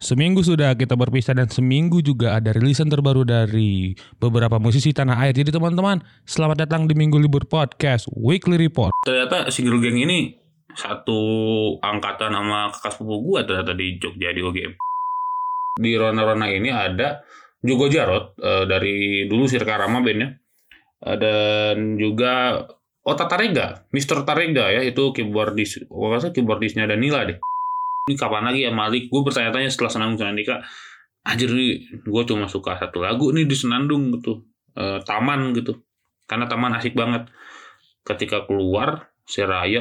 Seminggu sudah kita berpisah dan seminggu juga ada rilisan terbaru dari beberapa musisi tanah air. Jadi teman-teman, selamat datang di Minggu Libur Podcast Weekly Report. Ternyata si Girl Gang ini satu angkatan sama kakak sepupu gue ternyata di Jogja di OGM. Di Rona-Rona ini ada Jogo Jarot dari dulu Sirka Rama bandnya. Dan juga Ota Tarega, Mr. Tarega ya, itu keyboardisnya Danila deh. Ini kapan lagi ya Malik? Gue bertanya-tanya setelah Senandung Senandika. Anjir nih, gue cuma suka satu lagu nih di Senandung gitu. Taman gitu. Karena Taman asik banget. Ketika keluar, Seraya.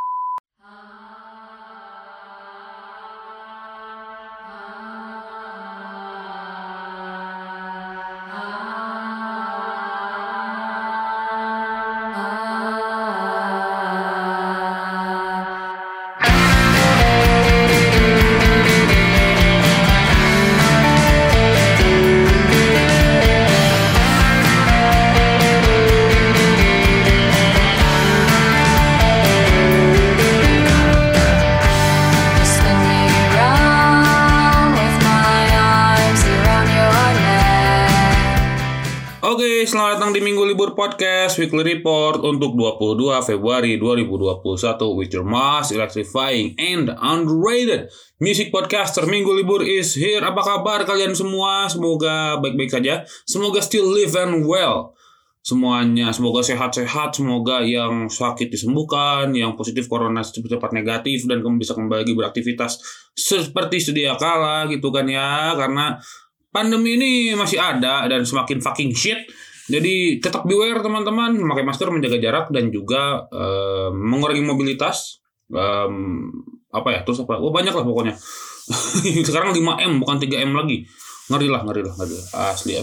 Oke, selamat datang di Minggu Libur Podcast Weekly Report untuk 22 Februari 2021 with your most electrifying and underrated music podcaster. Minggu Libur is here. Apa kabar kalian semua? Semoga baik-baik saja. Semoga still live and well. Semuanya semoga sehat-sehat, semoga yang sakit disembuhkan, yang positif corona cepat negatif dan bisa kembali lagi beraktivitas seperti sedia kala gitu kan ya, karena pandemi ini masih ada dan semakin fucking shit. Jadi tetap beware teman-teman, memakai masker, menjaga jarak dan juga mengurangi mobilitas. Terus apa? Banyak lah pokoknya. Sekarang 5M bukan 3M lagi. Ngeri lah. Asli.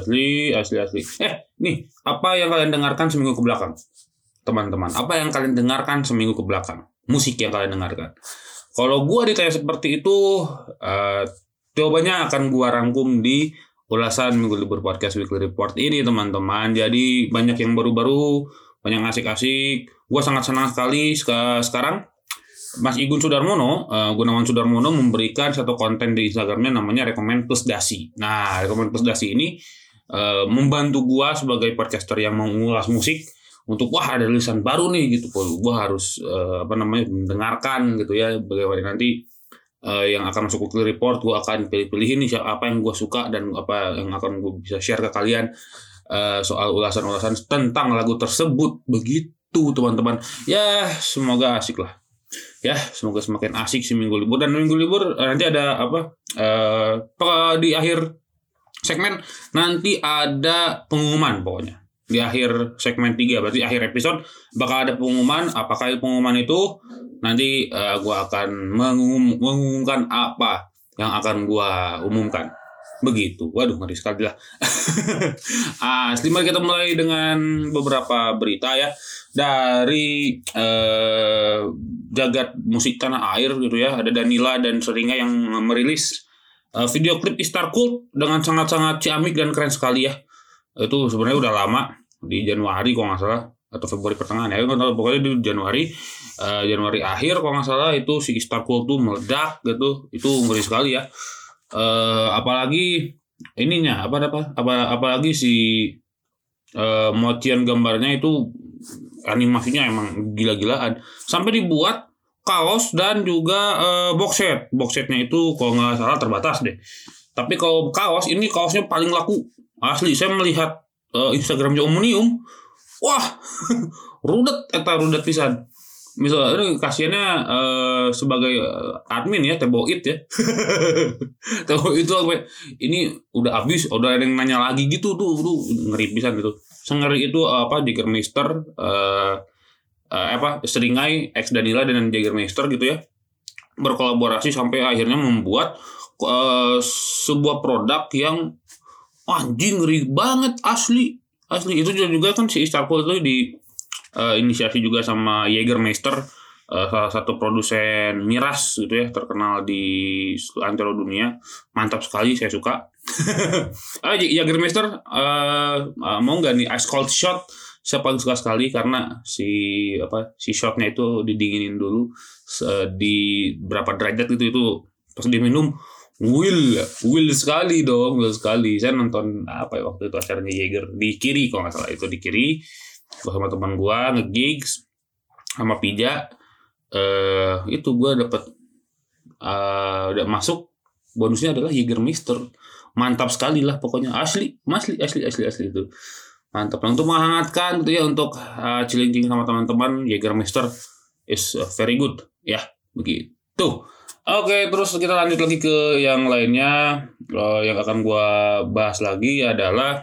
Nih, apa yang kalian dengarkan seminggu ke belakang? Teman-teman, apa yang kalian dengarkan seminggu ke belakang? Musik yang kalian dengarkan. Kalau gua ditanya seperti itu, jawabannya akan gua rangkum di ulasan Minggu Libur Podcast Weekly Report ini teman-teman. Jadi banyak yang baru-baru, banyak asik-asik. Gua sangat senang sekali sekarang Mas Igun Sudarmono, Gunawan Sudarmono memberikan satu konten di Instagramnya namanya Rekomen Plus Dasi. Nah, Rekomen Plus Dasi ini membantu gua sebagai podcaster yang mau mengulas musik untuk ada rilisan baru nih gitu. Gua harus mendengarkan gitu ya, bagaimana nanti yang akan masuk ke report, gue akan pilih-pilihin nih apa yang gue suka dan apa yang akan gue bisa share ke kalian soal ulasan-ulasan tentang lagu tersebut. Begitu teman-teman. Ya semoga asik lah. Ya semoga semakin asik si Minggu Libur. Dan Minggu Libur nanti ada di akhir segmen nanti ada pengumuman pokoknya. Di akhir segmen 3, berarti akhir episode bakal ada pengumuman. Apakah pengumuman itu nanti gue akan mengumumkan apa yang akan gue umumkan. Begitu. Waduh, ngeri sekali lah. Mari kita mulai dengan beberapa berita ya dari jagat musik tanah air gitu ya. Ada Danila dan Seringa yang merilis video klip Star Cult dengan sangat-sangat ciamik dan keren sekali ya. Itu sebenarnya udah lama, di Januari kalau nggak salah atau Februari pertengahan ya, pokoknya di Januari akhir kalau nggak salah itu si Star Cult tuh meledak gitu. Itu ngeri sekali ya. Apalagi ininya apalagi si motion gambarnya itu, animasinya emang gila-gilaan sampai dibuat kaos dan juga box setnya itu kalau nggak salah terbatas deh. Tapi kalau kaosnya paling laku. Asli, saya melihat Instagramnya Omnium. Wah, rudet pisan. Misalnya kasihannya sebagai admin ya, Teboit ya. Teboit itu ini udah habis, udah ada yang nanya lagi gitu tuh ngeri pisan gitu. Sengeri itu Jägermeister Seringai X Danila dan Jägermeister gitu ya. Berkolaborasi sampai akhirnya membuat sebuah produk yang anjing ngeri banget asli. Itu juga kan si Star Cult itu di inisiasi juga sama Jägermeister, salah satu produsen miras gitu ya, terkenal di antero dunia. Mantap sekali, saya suka. Jägermeister mau nggak nih Ice Cold Shot? Saya paling suka sekali karena si shotnya itu didinginin dulu di berapa derajat gitu, itu pas diminum Will sekali dong, will sekali. Saya nonton apa ya waktu itu acaranya Jaeger di Kiri kalau nggak salah, itu di Kiri. Gua sama teman gua nge-gigs sama Pija. Itu gua dapat udah masuk, bonusnya adalah Jägermeister. Mantap sekali lah pokoknya, asli itu. Mantap. Untuk menghangatkan gitu ya, untuk chilling sama teman-teman, Jägermeister is very good ya, begitu. Oke, terus kita lanjut lagi ke yang lainnya. Yang akan gua bahas lagi adalah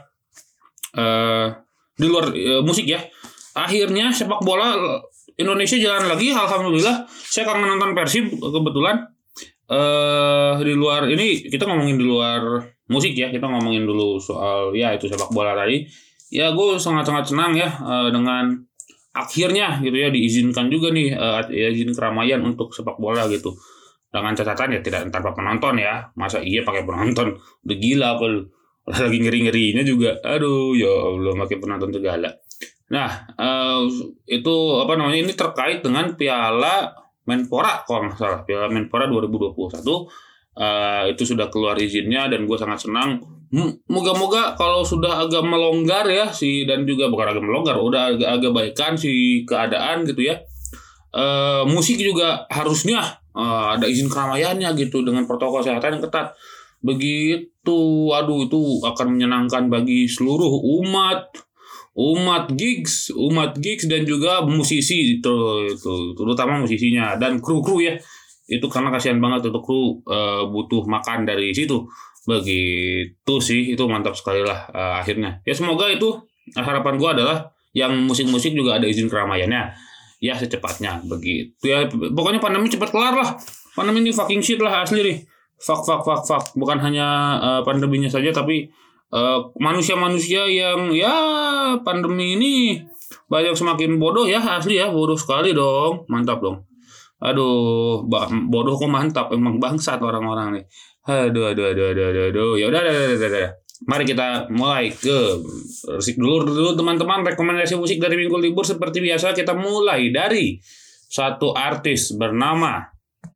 di luar musik ya. Akhirnya sepak bola Indonesia jalan lagi, alhamdulillah. Saya kangen nonton Persib kebetulan. Di luar ini kita ngomongin di luar musik ya, kita ngomongin dulu soal ya itu sepak bola tadi. Ya gue sangat-sangat senang ya dengan akhirnya gitu ya diizinkan juga nih izin keramaian untuk sepak bola gitu. Dengan catatan ya tidak tanpa penonton ya. Masa iya pakai penonton? Udah gila apa lu? Lagi ngeri-ngerinya juga. Aduh ya Allah, pakai penonton segala. Nah, itu apa namanya, ini terkait dengan Piala Menpora kalau nggak salah, Piala Menpora 2021. Itu sudah keluar izinnya dan gue sangat senang. Moga-moga kalau sudah agak melonggar ya dan juga bukan agak melonggar, udah agak baikan si keadaan gitu ya. Musik juga harusnya ada izin keramaiannya gitu dengan protokol kesehatan yang ketat. Begitu, aduh itu akan menyenangkan bagi seluruh umat gigs dan juga musisi itu terutama musisinya dan kru ya. Itu karena kasihan banget untuk kru butuh makan dari situ. Begitu sih, itu mantap sekali lah akhirnya. Ya semoga itu harapan gua adalah yang musik-musik juga ada izin keramaiannya. Ya secepatnya begitu ya, pokoknya pandemi cepat kelar lah. Pandemi ini fucking shit lah asli nih. Fuck. Bukan hanya pandeminya saja tapi manusia-manusia yang ya pandemi ini banyak semakin bodoh ya, asli ya, bodoh sekali dong. Mantap dong. Aduh, bodoh kok mantap, emang bangsat orang-orang nih. Aduh. Ya udah. Mari kita mulai ke musik dulu teman-teman. Rekomendasi musik dari Minggu Libur seperti biasa kita mulai dari satu artis bernama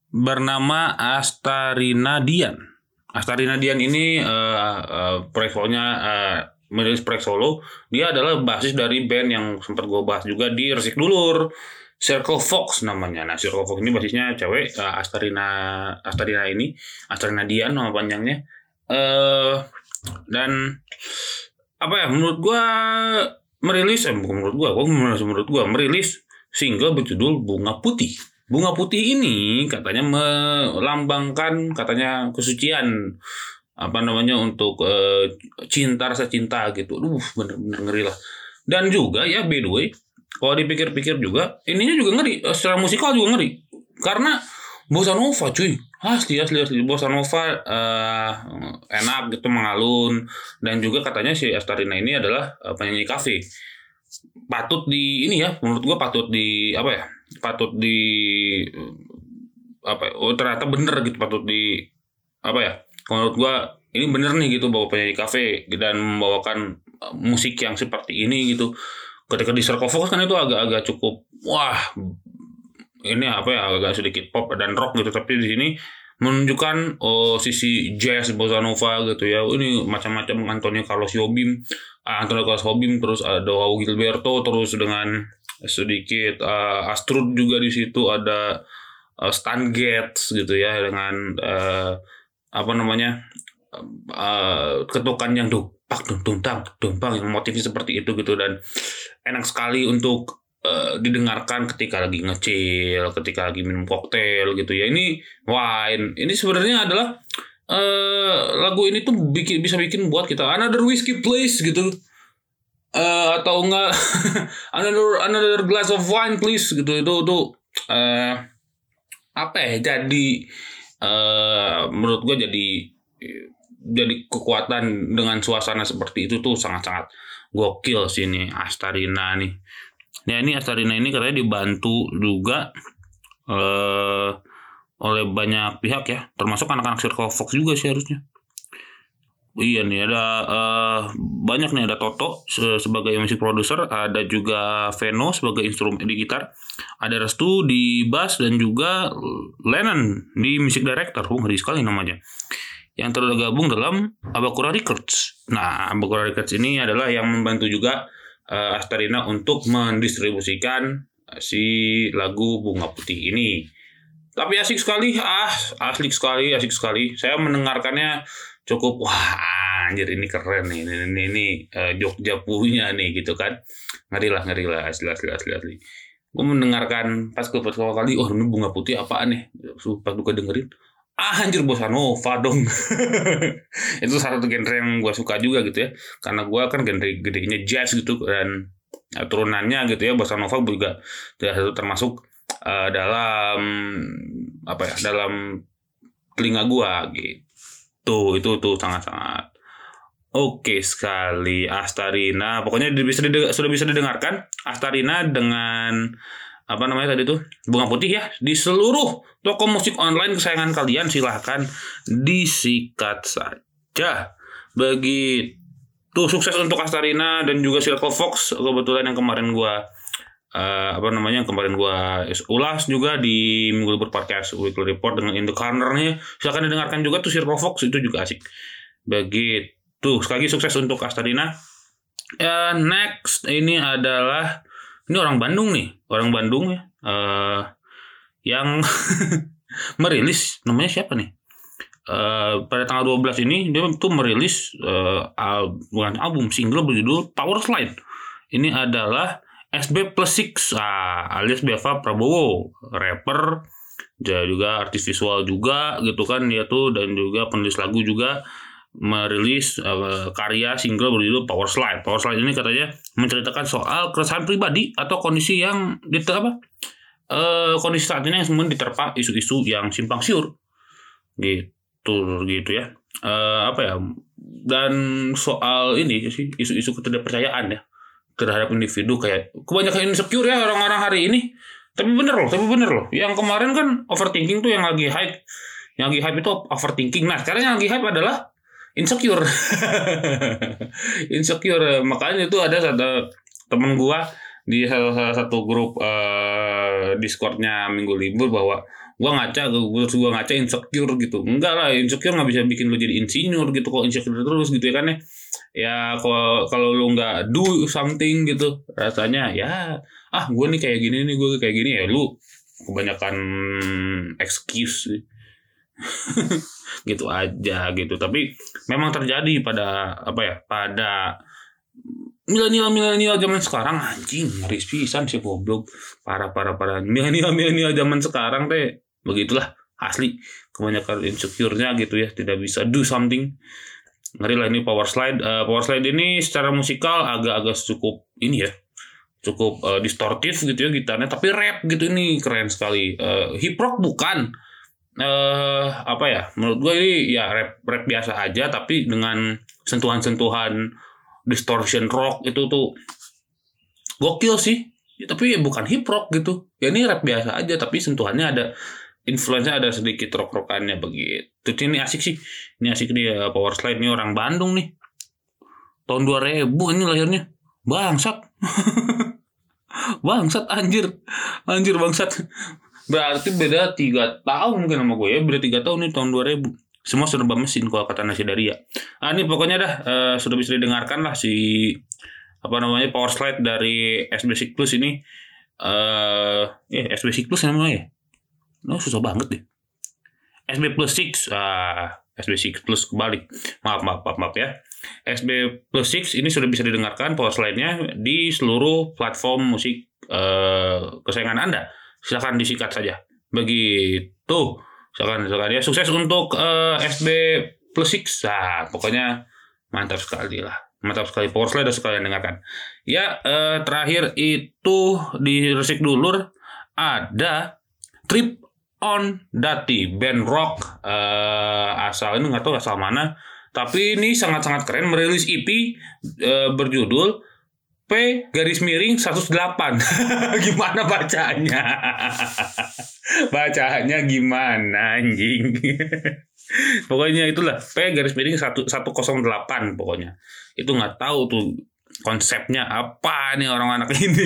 Astarina Dian. Astarina Dian ini merilis proyek solo. Dia adalah basis dari band yang sempat gue bahas juga di Resik Dulur, Circle Fox namanya. Nah, Circle Fox ini basisnya cewek, Astarina Dian nama panjangnya. Dan apa ya, menurut gua merilis single berjudul Bunga Putih. Bunga Putih ini katanya melambangkan katanya kesucian untuk rasa cinta gitu. Bener-bener ngeri lah. Dan juga ya by the way, kalau dipikir-pikir juga ininya juga ngeri, secara musikal juga ngeri. Karena bossa nova cuy. Asli bossa nova enak gitu, mengalun. Dan juga katanya si Astarina ini adalah penyanyi kafe. Patut di ini ya, menurut gua ternyata bener gitu, menurut gua ini bener nih gitu, bahwa penyanyi kafe dan membawakan musik yang seperti ini gitu. Ketika di Circle Fox kan itu agak cukup ini agak sedikit pop dan rock gitu, tapi di sini menunjukkan sisi jazz bossa nova gitu ya. Ini macam-macam Antonio Carlos Jobim, terus ada Joao Gilberto, terus dengan sedikit Astrud juga di situ, ada Stan Getz gitu ya, dengan ketukan yang dumpang yang motifnya seperti itu gitu, dan enak sekali untuk didengarkan ketika lagi ngecil, ketika lagi minum koktail gitu ya. Ini sebenarnya adalah lagu ini tuh bisa bikin buat kita another whiskey please gitu, atau enggak another glass of wine please gitu. Itu jadi menurut gue jadi kekuatan dengan suasana seperti itu tuh sangat-sangat gokil sih ini Astarina nih. Ya ini Astarina ini katanya dibantu juga oleh banyak pihak ya, termasuk anak-anak Circle Fox juga sih harusnya. Iya nih, ada banyak nih, ada Toto sebagai music producer, ada juga Veno sebagai instrumen di gitar, ada Restu di bass, dan juga Lennon di music director. Ngeri sekali namanya. yang tergabung dalam Abakura Records. Nah, Abakura Records ini adalah yang membantu juga Astarina untuk mendistribusikan si lagu Bunga Putih ini. Tapi asik sekali, asik sekali. Saya mendengarkannya cukup, wah anjir ini keren nih, ini Jogja punya nih gitu kan. Ngeri lah, asli. Gue mendengarkan pas pertama kali, ini Bunga Putih apaan nih? Pas gue dengerin, anjir bossa nova dong. Itu salah satu genre yang gue suka juga gitu ya, karena gue kan genre gedenya jazz gitu, dan turunannya gitu ya, bossa nova juga termasuk dalam telinga gue gitu. Itu tuh sangat oke sekali Astarina. Pokoknya sudah bisa didengarkan Astarina dengan tadi tuh Bunga Putih ya di seluruh toko musik online kesayangan kalian. Silahkan disikat saja. Begitu sukses untuk Astarina dan juga Circle Fox. Kebetulan yang kemarin gua ulas juga di Minggu Libur Podcast Weekly Report dengan In The Corner-nya. Silahkan didengarkan juga tuh Circle Fox, itu juga asik. Begitu, sekali lagi sukses untuk Astarina. Next ini orang Bandung ya, yang merilis, namanya siapa nih? Pada tanggal 12 ini dia tuh merilis bukan album, single berjudul Power Slide. Ini adalah SB Plus Six, alias Beva Prabowo, rapper, dia juga artis visual juga gitu kan dia tuh, dan juga penulis lagu juga, merilis karya single berjudul Power Slide. Power Slide ini katanya menceritakan soal keresahan pribadi atau kondisi yang kondisi saat ini yang semua diterpa isu-isu yang simpang siur gitu ya. Dan soal ini sih isu-isu ketidakpercayaan ya terhadap individu, kayak kebanyakan insecure ya orang-orang hari ini. Tapi bener loh. Yang kemarin kan overthinking tuh yang lagi hype. Yang lagi hype itu overthinking. Nah, sekarang yang lagi hype adalah insecure. Insecure. Makanya itu ada satu temen gua di salah satu grup Discord-nya Minggu Libur bahwa gua ngaca insecure gitu. Enggak lah, insecure nggak bisa bikin lu jadi insinyur gitu. Kok insecure terus gitu ya kan ya. Ya kalau lu nggak do something gitu, rasanya ya gue nih kayak gini nih, gue kayak gini ya, lu kebanyakan excuse gitu aja gitu. Tapi memang terjadi pada pada milenial zaman sekarang, anjing ngeri pisan sih goblok, parah milenial zaman sekarang teh begitulah, asli kebanyakan insecure-nya gitu ya, tidak bisa do something. Ngeri lah ini Power Slide. Power Slide ini secara musikal agak cukup ini ya, cukup distortif gitu ya gitarnya, tapi rap gitu, ini keren sekali. Hip hop bukan, menurut gue ini ya rap biasa aja, tapi dengan sentuhan distortion rock itu tuh gokil sih. Ya, tapi ya bukan hip hop gitu. Ya ini rap biasa aja, tapi sentuhannya ada, influence-nya ada sedikit rock-rockannya begitu. Ini asik sih. Ini asik nih Power Slide, nih orang Bandung nih. Tahun 2000 ini lahirnya. Bangsat. Bangsat anjir bangsat. Berarti beda 3 tahun mungkin sama gue ya. Beda 3 tahun nih, tahun 2000. Semua serba mesin kalau kata Nasi Daria. Ini pokoknya dah sudah bisa didengarkan lah si Power Slide dari SB6 Plus ini. SB6 Plus namanya ya. Susah banget deh. SB Plus 6, SB6 Plus kebalik. Maaf ya. SB Plus 6 ini sudah bisa didengarkan Power Slide-nya di seluruh platform musik kesayangan Anda. Silakan disikat saja. Begitu. Silakan ya. Sukses untuk SB Plus 6. Pokoknya mantap sekali lah. Mantap sekali Power Slide, dan sekalian dengarkan. Ya, terakhir itu di Resik Dulur ada Trip on Dati, band rock asal ini nggak tahu asal mana, tapi ini sangat keren, merilis EP berjudul P_108. Gimana bacanya? Bacanya gimana anjing? Pokoknya itulah P_108 pokoknya. Itu nggak tahu tuh konsepnya apa nih orang anak ini.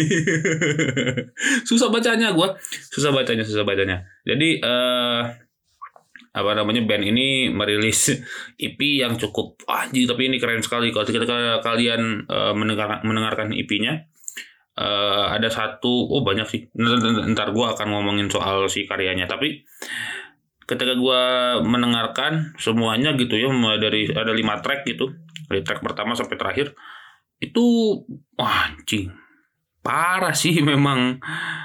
Susah bacanya. Jadi band ini merilis EP yang cukup anjing, tapi ini keren sekali. Kalau ketika kalian mendengarkan EP-nya, ada satu, banyak sih. Ntar gue akan ngomongin soal si karyanya. Tapi ketika gue mendengarkan semuanya gitu ya, dari ada 5 track gitu, dari track pertama sampai terakhir itu anjing parah sih memang.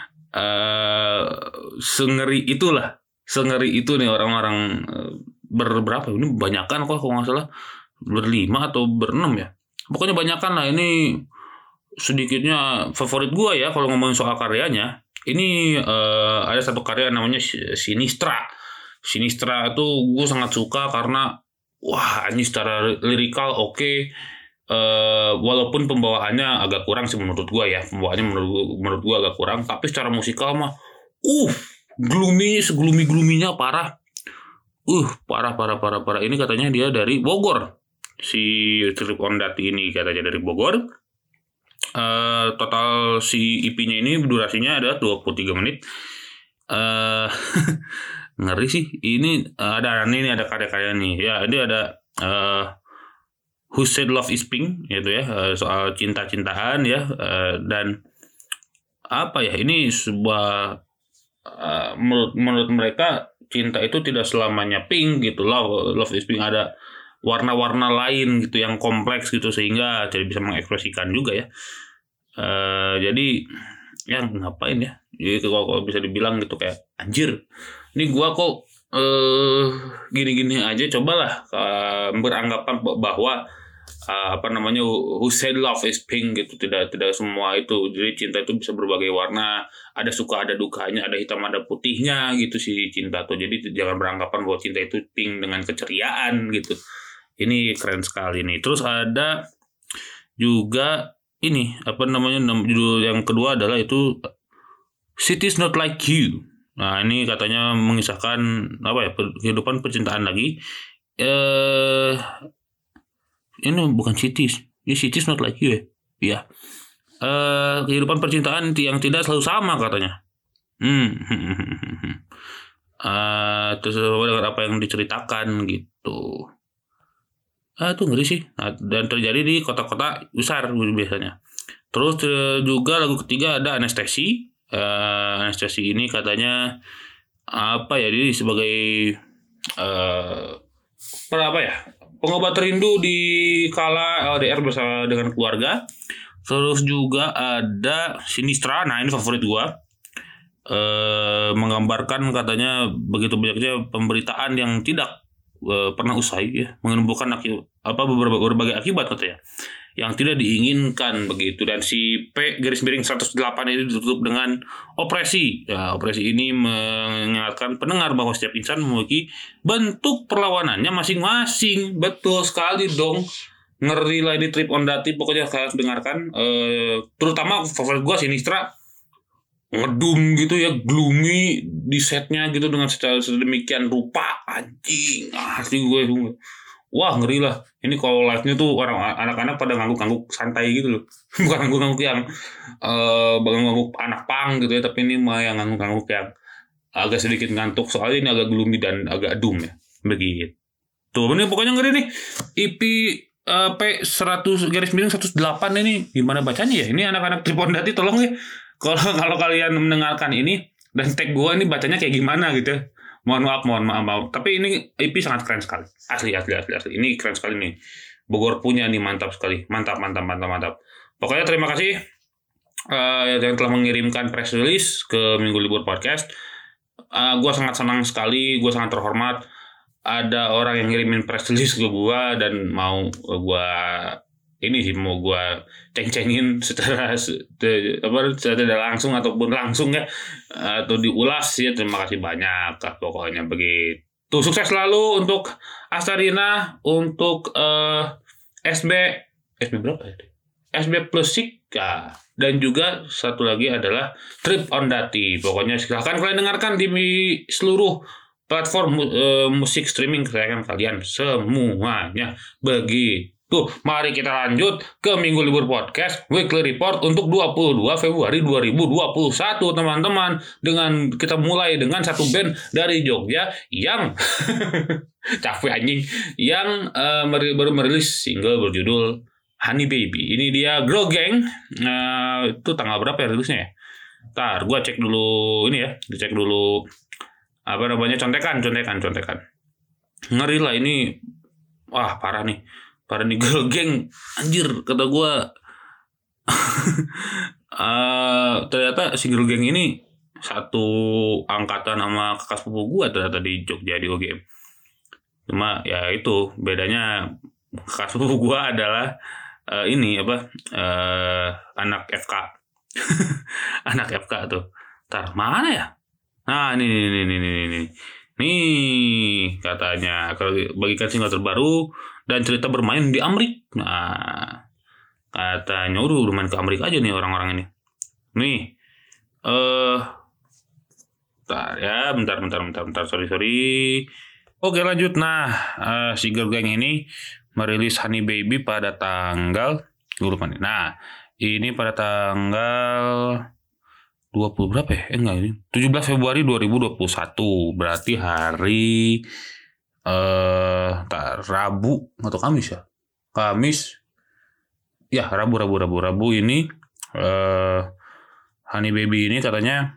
Sengeri itu nih orang-orang berberapa ini, banyakan kok kalau nggak salah 5 atau 6 ya, pokoknya banyakan lah. Ini sedikitnya favorit gua ya kalau ngomongin soal karyanya. Ini ada satu karya namanya Sinistra tuh gue sangat suka karena ini secara lirikal oke. Walaupun pembawaannya agak kurang sih menurut gua ya, menurut gua agak kurang, tapi secara musikal mah gloomy-nya parah. Parah. Ini katanya dia dari Bogor. Si Trip on That ini katanya dari Bogor. Total si EP-nya ini durasinya ada 23 menit. Ngeri sih. Ini ada karya-karya nih. Ya, ini ada Who Said Love Is Pink gitu ya, soal cinta-cintaan ya, dan apa ya, ini sebuah menurut mereka cinta itu tidak selamanya pink gitu. Love is Pink, ada warna-warna lain gitu yang kompleks gitu, sehingga jadi bisa mengekspresikan juga ya. Jadi ya ngapain ya, jadi kalau bisa dibilang gitu kayak anjir, ini gua kok gini-gini aja, cobalah beranggapan bahwa Who Said Love Is Pink gitu, tidak semua itu. Jadi cinta itu bisa berbagai warna, ada suka ada dukanya, ada hitam ada putihnya gitu si cinta tuh. Jadi jangan beranggapan bahwa cinta itu pink dengan keceriaan gitu. Ini keren sekali nih. Terus ada juga ini judul yang kedua adalah itu Cities Not Like You. Nah, ini katanya mengisahkan kehidupan percintaan lagi. Ini bukan cities. Ini cities not like you ya. Kehidupan percintaan yang tidak selalu sama katanya. Terus dengan apa yang diceritakan gitu. Itu ngeri sih. Dan terjadi di kota-kota besar biasanya. Terus juga lagu ketiga ada Anestesi. Anestesi ini katanya dia sebagai pengobat rindu di kala LDR bersama dengan keluarga. Terus juga ada Sinistra. Nah, ini favorit gua. Menggambarkan katanya begitu banyaknya pemberitaan yang tidak pernah usai ya, menimbulkan berbagai akibat katanya yang tidak diinginkan begitu. Dan si P-108 ini ditutup dengan opresi. Ya, opresi ini mengingatkan pendengar bahwa setiap insan memiliki bentuk perlawanannya masing-masing. Betul sekali dong. Ngeri lah ini Trip on That. Pokoknya kalian dengarkan. Terutama favorit gue Sinistra. Ngedum gitu ya, gloomy di setnya gitu dengan secara sedemikian rupa. Anjing, asli gue. Wah, ngeri lah. Ini kalau live-nya tuh anak-anak pada ngangguk-ngangguk santai gitu loh. Bukan ngangguk-ngangguk yang ngangguk anak pang gitu ya, tapi ini mah yang ngangguk-ngangguk yang agak sedikit ngantuk. Soalnya ini agak gloomy dan agak doom ya. Begitu. Ini pokoknya ngeri nih. EP P100-108 ini gimana bacanya ya? Ini anak-anak Trip on That tolong ya. Kalau kalian mendengarkan ini dan tag gue ini bacanya kayak gimana gitu. Mohon maaf. Tapi ini EP sangat keren sekali. Asli. Ini keren sekali nih. Bogor punya nih, mantap sekali. Mantap. Pokoknya terima kasih yang telah mengirimkan press release ke Minggu Libur Podcast. Gue sangat senang sekali. Gue sangat terhormat. Ada orang yang ngirimin press release ke gue dan mau gue ceng-cengin secara tidak langsung ataupun langsung ya, atau diulas ya. Terima kasih banyak pokoknya begitu. Sukses selalu untuk Astarina, untuk SB berapa ya? SB Plus Sika, dan juga satu lagi adalah Trip on That. Pokoknya silahkan kalian dengarkan di seluruh platform musik streaming kesayangan kalian semuanya begitu. Tuh, mari kita lanjut ke Minggu Libur Podcast Weekly Report untuk 22 Februari 2021, teman-teman. Dengan kita mulai dengan satu band dari Jogja yang capek anjing, yang baru merilis single berjudul Honey Baby. Ini dia Girl Gang. Itu tanggal berapa ya rilisnya ya? Ntar gue cek dulu ini ya, dicek dulu apa namanya, contekan. Ngeri lah ini. Wah, parah nih Girl Gang, anjir, kata gue. Ternyata si Girl Gang ini satu angkatan sama kakak sepupu gue ternyata di Jogja di OGM. Cuma ya itu bedanya, kakak sepupu gue adalah anak FK. Anak FK tuh. Ntar mana ya? Nah, ini. Nih, katanya kalau bagikan single terbaru dan cerita bermain di Amerika. Nah, katanya udah main ke Amerika aja nih orang-orang ini. Nih, bentar, sorry. Oke, lanjut. Nah, si Girl Gang ini merilis Honey Baby pada tanggal, gue lupa nih. Nah, ini pada tanggal 20 berapa ya? Enggak, ini 17 Februari 2021. Berarti hari Rabu atau Kamis ya? Kamis. Ya, Rabu ini Honey Baby ini katanya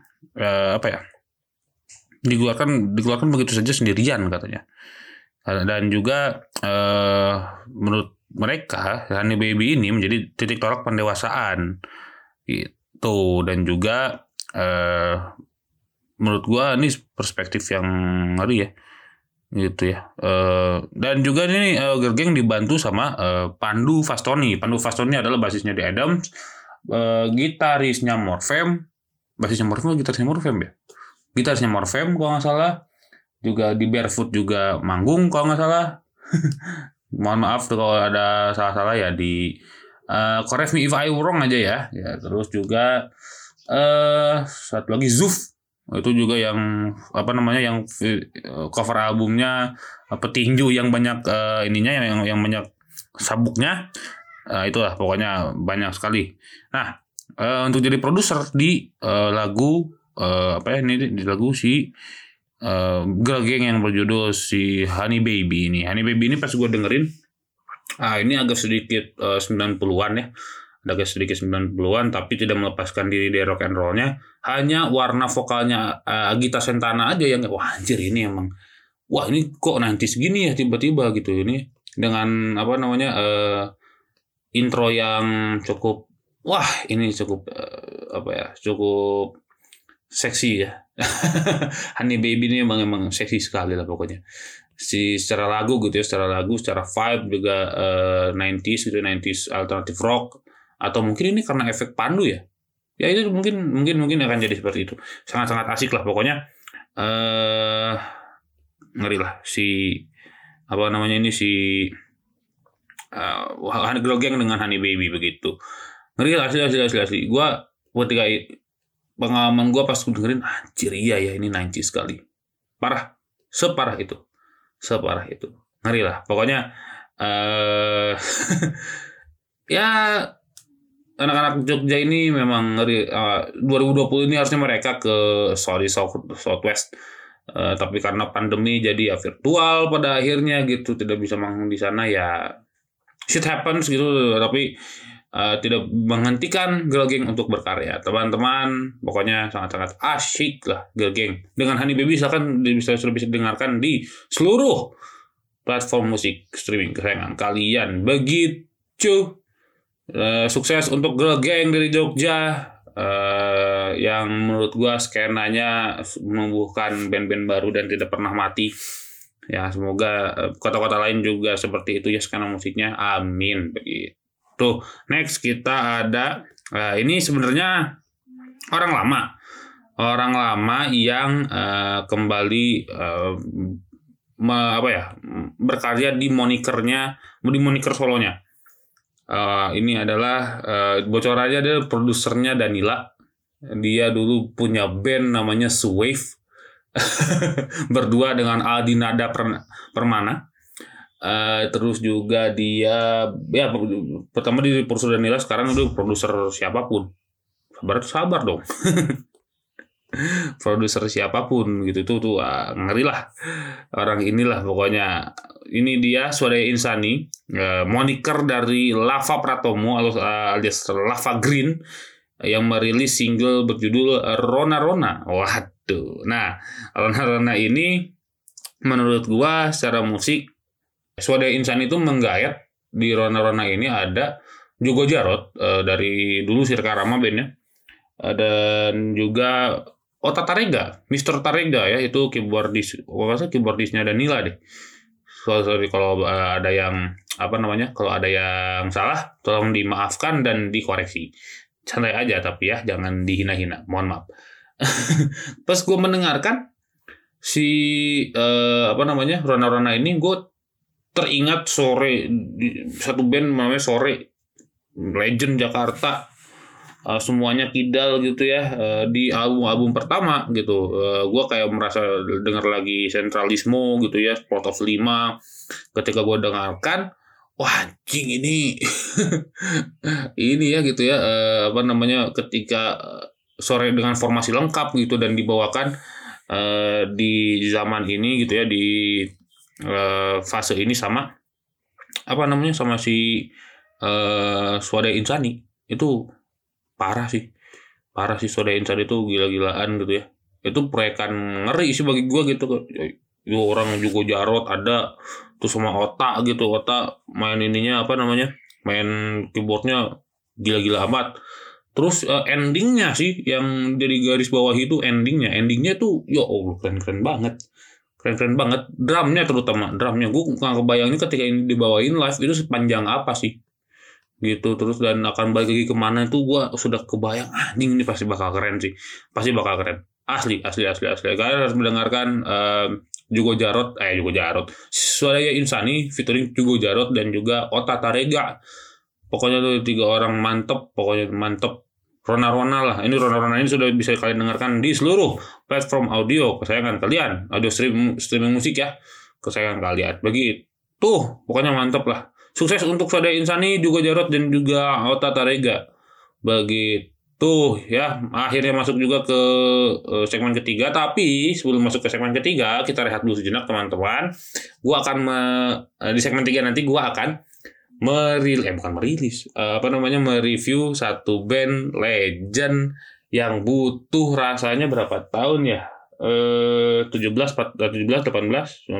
dikeluarkan begitu saja sendirian katanya. Dan juga menurut mereka Honey Baby ini menjadi titik tolak pendewasaan gitu. Dan juga menurut gua ini perspektif yang ngeri ya gitu ya. Dan juga ini Girl Gang dibantu sama Pandu Fastoni. Pandu Fastoni adalah basisnya The Adams, gitarisnya Morfem. Basisnya Morfem atau gitarisnya Morfem ya? Gitarisnya Morfem kalau nggak salah. Juga di Barefoot juga manggung kalau nggak salah. Mohon maaf tuh kalau ada salah-salah ya, di correct me if I wrong aja ya. Ya, terus juga satu lagi Zuf, itu juga yang yang cover albumnya Petinju yang banyak yang banyak sabuknya. Itulah pokoknya banyak sekali. Nah, untuk jadi produser di lagu di lagu si Girl Gang yang berjudul si Honey Baby ini. Honey Baby ini pas gue dengerin, ini agak sedikit 90-an ya. Agak sedikit 90-an, tapi tidak melepaskan diri dari rock and roll-nya. Hanya warna vokalnya Agita Sentana aja yang anjir ini emang. Wah, ini kok nanti segini ya tiba-tiba gitu ini. Dengan intro yang cukup, wah ini cukup cukup seksi ya. Honey Baby ini emang seksi sekali lah pokoknya. Secara lagu gitu ya, secara vibe juga 90s gitu, 90s alternative rock, atau mungkin ini karena efek Pandu ya. Ya itu mungkin akan jadi seperti itu. Sangat-sangat asik lah pokoknya. Ngeri lah si Girl Gang dengan Honey Baby begitu. Ngeri lah asli. Gua ketika pengalaman gue pas dengerin, anjir iya ya ini 90s sekali. Parah. Separah itu. Ngeri lah. Pokoknya ya anak-anak Jogja ini memang ngeri. 2020 ini harusnya mereka ke Southwest. Tapi karena pandemi jadi ya virtual pada akhirnya gitu. Tidak bisa manggung di sana ya. Shit happens gitu. Tapi tidak menghentikan Girl Gang untuk berkarya, teman-teman. Pokoknya sangat-sangat asyik lah Girl Gang. Dengan Honey Baby sudah bisa dengarkan di seluruh platform musik streaming kesayangan kalian. Begitu. Sukses untuk Girl Gang dari Jogja, yang menurut gua skenanya menumbuhkan band-band baru dan tidak pernah mati. Ya, semoga kota-kota lain juga seperti itu ya skena musiknya. Amin. Begitu. Tuh, next kita ada ini sebenarnya orang lama yang kembali berkarya di moniker solonya. Ini adalah bocorannya adalah produsernya Danila. Dia dulu punya band namanya Swave berdua dengan Aldi Nada Permana. Terus juga dia ya pertama di produser Danila, sekarang udah produser siapapun. Sabar dong. Produser siapapun gitu tuh ngeri lah orang inilah pokoknya. Ini dia Swadaya Insani, moniker dari Lava Pratomo alias Lava Green, yang merilis single berjudul Rona Rona. Waduh. Nah, Rona Rona ini menurut gua secara musik Swadaya Insani itu menggayat. Di Rona Rona ini ada Jugo Jarot dari dulu Sirka Rama bandnya, dan juga Ota Tarega, Mr. Tarega ya, itu keyboardisnya Danila deh. Sorry kalau ada yang kalau ada yang salah tolong dimaafkan dan dikoreksi. Santai aja tapi ya, jangan dihina-hina, mohon maaf. Pas gue mendengarkan si Rona Rona ini, gue teringat satu band namanya Sore, legend Jakarta, semuanya kidal gitu ya, di album pertama gitu. Gue kayak merasa denger lagi Sentralismo gitu ya, Sport of 5. Ketika gue dengarkan, wah anjing ini ini ya gitu ya, ketika Sore dengan formasi lengkap gitu dan dibawakan di zaman ini gitu ya, di fase ini sama sama si Swadaya Insani, itu parah sih Swadaya Insani itu gila-gilaan gitu ya. Itu proyekan ngeri sih bagi gue gitu. Itu orang Jugo Jarot ada tuh sama Ota gitu. Ota main ininya main keyboardnya gila-gila amat. Terus endingnya sih yang jadi garis bawah itu endingnya tuh ya Allah keren banget. Keren banget. Drumnya gue nggak kebayangin ketika ini dibawain live itu sepanjang apa sih gitu. Terus dan akan balik lagi kemana itu gue sudah kebayang, anjing ini pasti bakal keren sih, asli. Kalian harus mendengarkan Jugo Jarot Swadaya Insani featuring Jugo Jarot dan juga Ota Tarega. Pokoknya tuh 3 orang mantep. Rona Rona lah. Ini Rona Rona ini sudah bisa kalian dengarkan di seluruh platform audio kesayangan kalian, audio streaming musik ya kesayangan kalian. Begitu, pokoknya mantep lah. Sukses untuk Swadaya Insani, Jugo Jarot dan juga Ota Tarega. Begitu ya. Akhirnya masuk juga ke segmen ketiga. Tapi sebelum masuk ke segmen ketiga, kita rehat dulu sejenak teman-teman. Gua akan di segmen 3 nanti gua akan mereview satu band legend yang butuh rasanya berapa tahun ya? 17, 18, 19, 20,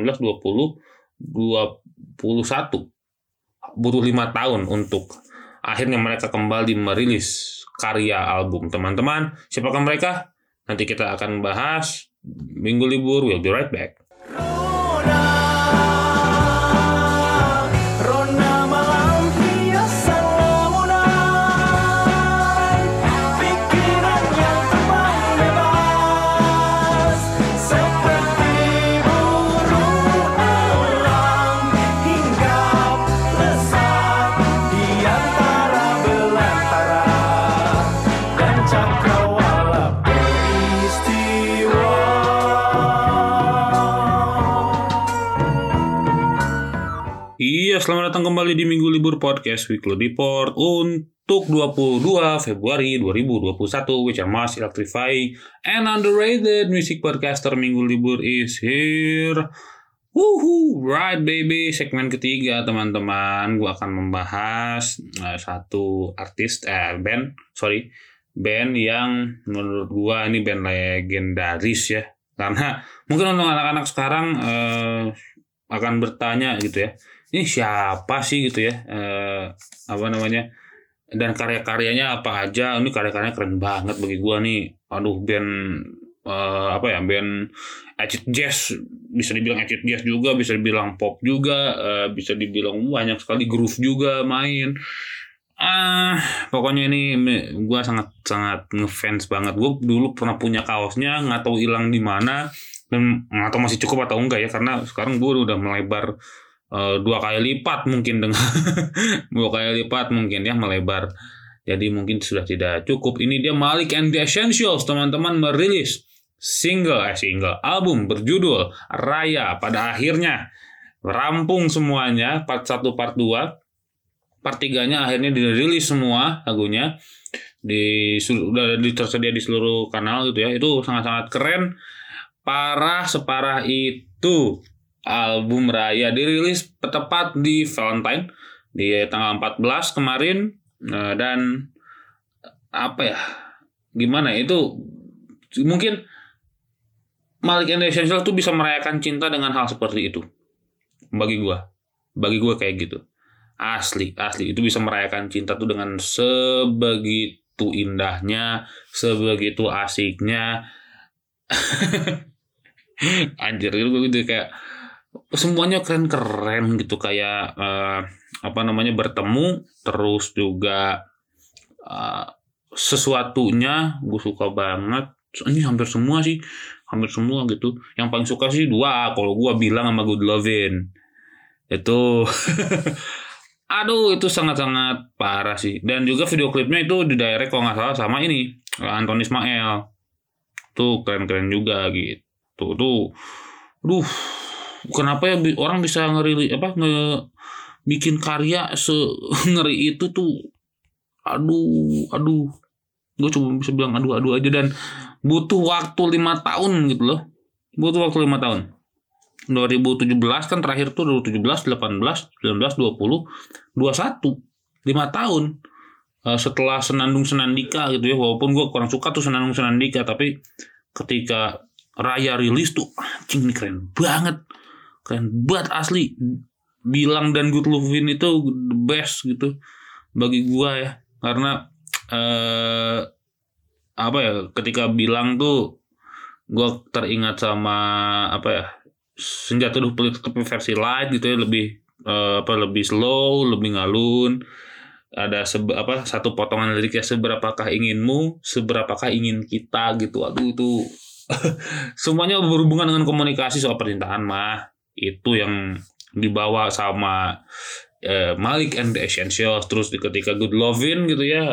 21. Butuh 5 tahun untuk akhirnya mereka kembali merilis karya album. Teman-teman, siapakah mereka? Nanti kita akan bahas minggu libur. We'll be right back. Selamat datang kembali di Minggu Libur Podcast Weekly Report untuk 22 Februari 2021, which are most electrifying and underrated music podcaster. Minggu Libur is here. Woohoo, right baby. Segmen ketiga teman-teman, gue akan membahas satu band yang menurut gue ini band legendaris ya. Karena mungkin untuk anak-anak sekarang akan bertanya gitu ya, ini siapa sih gitu ya, dan karya-karyanya apa aja. Ini karya-karyanya keren banget bagi gua nih. Band band acid jazz, bisa dibilang acid jazz juga, bisa dibilang pop juga, bisa dibilang banyak sekali groove juga main. Pokoknya ini gua sangat ngefans banget. Gua dulu pernah punya kaosnya, nggak tahu hilang di mana dan nggak tahu masih cukup atau enggak ya, karena sekarang gua udah melebar 2 kali lipat mungkin melebar. Jadi mungkin sudah tidak cukup. Ini dia Malik and the Essentials teman-teman merilis album berjudul Raya pada akhirnya. rampung semuanya, part 1, part 2. Part 3-nya akhirnya dirilis semua lagunya. Udah tersedia di seluruh kanal gitu ya. Itu sangat-sangat keren. Separah itu album Raya dirilis tepat di Valentine di tanggal 14 kemarin. Dan apa ya? Gimana ya, itu mungkin Malik and the Essentials tuh bisa merayakan cinta dengan hal seperti itu. Bagi gue kayak gitu. Asli itu bisa merayakan cinta tuh dengan sebegitu indahnya, sebegitu asiknya. Anjir gitu kayak semuanya keren gitu, kayak bertemu, terus juga sesuatunya gue suka banget. Ini hampir semua gitu. Yang paling suka sih 2 kalau gue bilang sama Good Lovin'. Itu aduh, itu sangat-sangat parah sih. Dan juga video klipnya itu didirect kalau nggak salah sama ini Anthony Ismail. Tuh keren-keren juga gitu. Duh, kenapa ya orang bisa bikin karya ngeri itu tuh. Aduh. Gue cuma bisa bilang aduh aja, dan butuh waktu 5 tahun gitu loh. Butuh waktu 5 tahun. 2017 kan terakhir tuh 2017, 18, 19, 20, 21. 5 tahun. Setelah Senandung Senandika gitu ya. Walaupun gue kurang suka tuh Senandung Senandika, tapi ketika Raya rilis tuh anjing, ini keren banget asli. Bilang dan Good Lovin' itu the best gitu bagi gue ya. Karena ketika Bilang tuh gue teringat sama Senja Teduh Pelit tapi versi light gitu ya, lebih slow, lebih ngalun. Ada satu potongan liriknya, seberapakah inginmu, seberapakah ingin kita gitu. Aduh, itu semuanya berhubungan dengan komunikasi soal percintaan mah. Itu yang dibawa sama Malik and the Essentials. Terus ketika Good Lovin' gitu ya,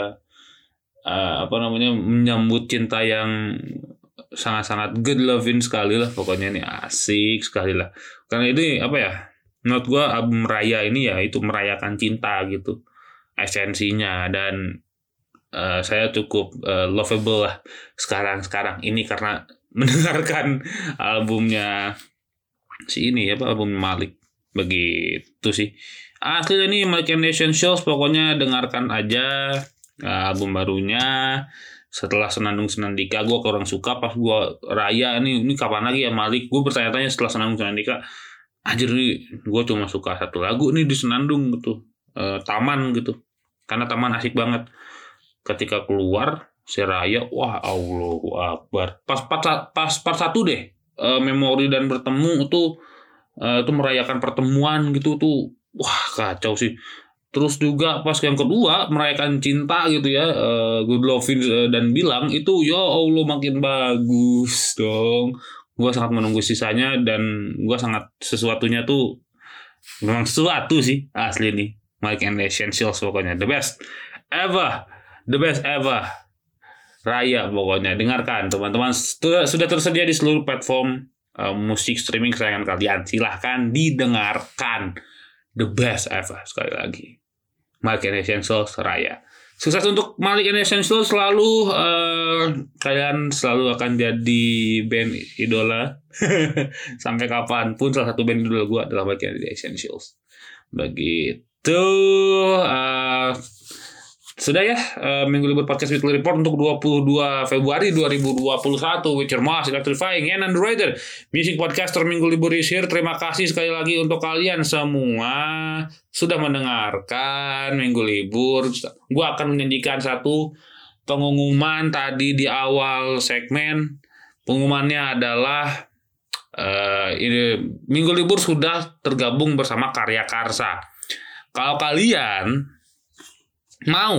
menyambut cinta yang sangat-sangat good loving sekali lah, pokoknya ini asik sekali lah. Karena ini menurut gue album Raya ini ya itu merayakan cinta gitu esensinya. Dan saya cukup lovable lah sekarang ini karena mendengarkan albumnya album Malik. Begitu sih asli. Ini Malik and the Essentials, pokoknya dengarkan aja album barunya. Setelah Senandung Senandika gue kurang suka. Pas gue Raya ini kapan lagi ya Malik, gue bertanya-tanya setelah Senandung Senandika. Anjir nih, gue cuma suka 1 lagu nih di Senandung gitu, Taman gitu. Karena Taman asik banget. Ketika keluar si Raya, wah Allahu Akbar. Pas part 1 deh, Memori dan Bertemu itu merayakan pertemuan gitu tuh, wah kacau sih. Terus juga pas yang kedua merayakan cinta gitu ya, Good Lovin' dan Bilang itu ya Allah makin bagus dong. Gue sangat menunggu sisanya, dan gue sangat sesuatunya tuh memang sesuatu sih asli nih. Malik and the Essentials pokoknya the best ever Raya. Pokoknya dengarkan teman-teman, sudah tersedia di seluruh platform musik streaming kesayangan kalian. Silahkan didengarkan, the best ever. Sekali lagi Malik and Essentials Raya. Sukses untuk Malik and Essentials selalu. Kalian selalu akan jadi band idola sampai kapanpun. Salah satu band idola gue adalah Malik and Essentials. Begitu. Sudah ya, Minggu Libur Podcast Weekly Report untuk 22 Februari 2021 with your most electrifying and underrated music podcaster Minggu Libur is here. Terima kasih sekali lagi untuk kalian semua sudah mendengarkan Minggu Libur. Gue akan menyanyikan satu pengumuman tadi di awal segmen. Pengumumannya adalah Minggu Libur sudah tergabung bersama Karya Karsa. Kalau kalian mau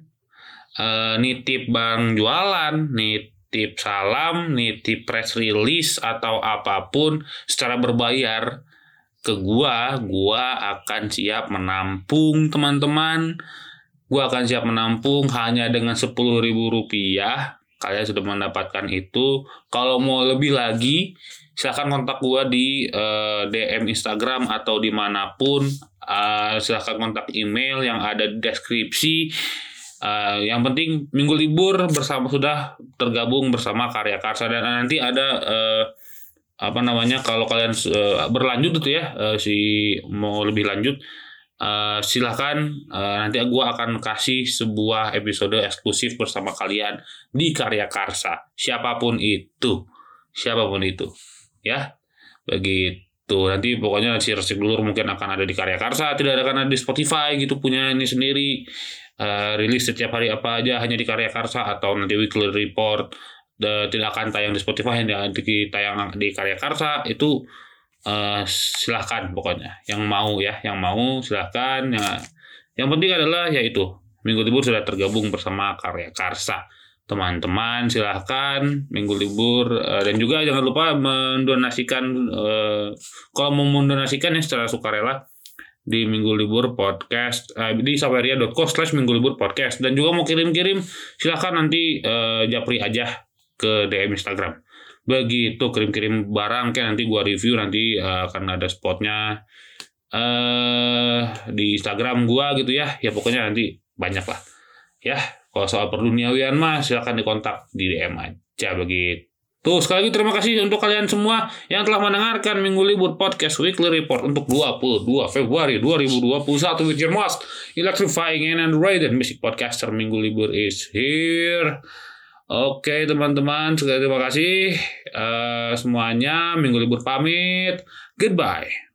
nitip barang jualan, nitip salam, nitip press release atau apapun secara berbayar ke gua akan siap menampung teman-teman. Gua akan siap menampung hanya dengan Rp10.000. kalian sudah mendapatkan itu. Kalau mau lebih lagi, silahkan kontak gue di DM Instagram atau dimanapun. Silahkan kontak email yang ada di deskripsi. Yang penting minggu libur sudah tergabung bersama Karya Karsa, dan nanti ada kalau kalian berlanjut itu ya, mau lebih lanjut, silahkan nanti gue akan kasih sebuah episode eksklusif bersama kalian di Karya Karsa, siapapun itu ya, begitu. Nanti pokoknya si Resik Dulur mungkin akan ada di Karya Karsa, tidak akan ada di Spotify gitu, punya ini sendiri. Rilis setiap hari apa aja hanya di Karya Karsa, atau nanti weekly report tidak akan tayang di Spotify, yang tayang di Karya Karsa itu. Silahkan pokoknya yang mau silahkan. Yang penting adalah yaitu minggu libur sudah tergabung bersama Karya Karsa, teman-teman. Silahkan minggu libur, dan juga jangan lupa mendonasikan, kalau mau mendonasikan ya secara sukarela di Minggu Libur Podcast, di saweria.co/Minggu Libur Podcast. Dan juga mau kirim-kirim, silahkan nanti japri aja ke DM Instagram. Begitu, kirim-kirim barang kayak nanti gua review, nanti akan ada spotnya di Instagram gua gitu ya. Ya pokoknya nanti banyak lah ya. Kalau soal perduniawian mah silakan dikontak di DM aja, begitu. Sekali lagi terima kasih untuk kalian semua yang telah mendengarkan Minggu Libur Podcast Weekly Report untuk 22 Februari 2021 with your most electrifying and underrated music podcaster. Minggu Libur is here. Oke teman-teman, sekali terima kasih semuanya. Minggu Libur pamit. Goodbye.